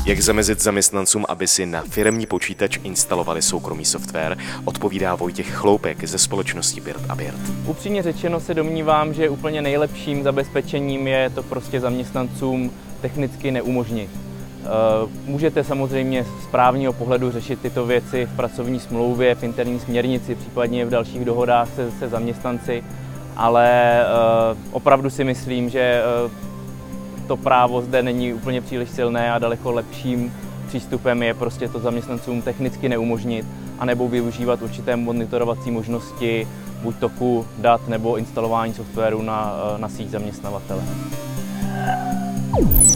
Jak zamezit zaměstnancům, aby si na firemní počítač instalovali soukromý software, odpovídá Vojtěch Chloupek ze společnosti Bird & Bird. Upřímně řečeno se domnívám, že úplně nejlepším zabezpečením je to prostě zaměstnancům technicky neumožnit. Můžete samozřejmě z právního pohledu řešit tyto věci v pracovní smlouvě, v interní směrnici, případně v dalších dohodách se zaměstnanci, ale opravdu si myslím, že to právo zde není úplně příliš silné a daleko lepším přístupem je prostě to zaměstnancům technicky neumožnit, anebo využívat určité monitorovací možnosti, buď toku dat nebo instalování softwaru na síť zaměstnavatele.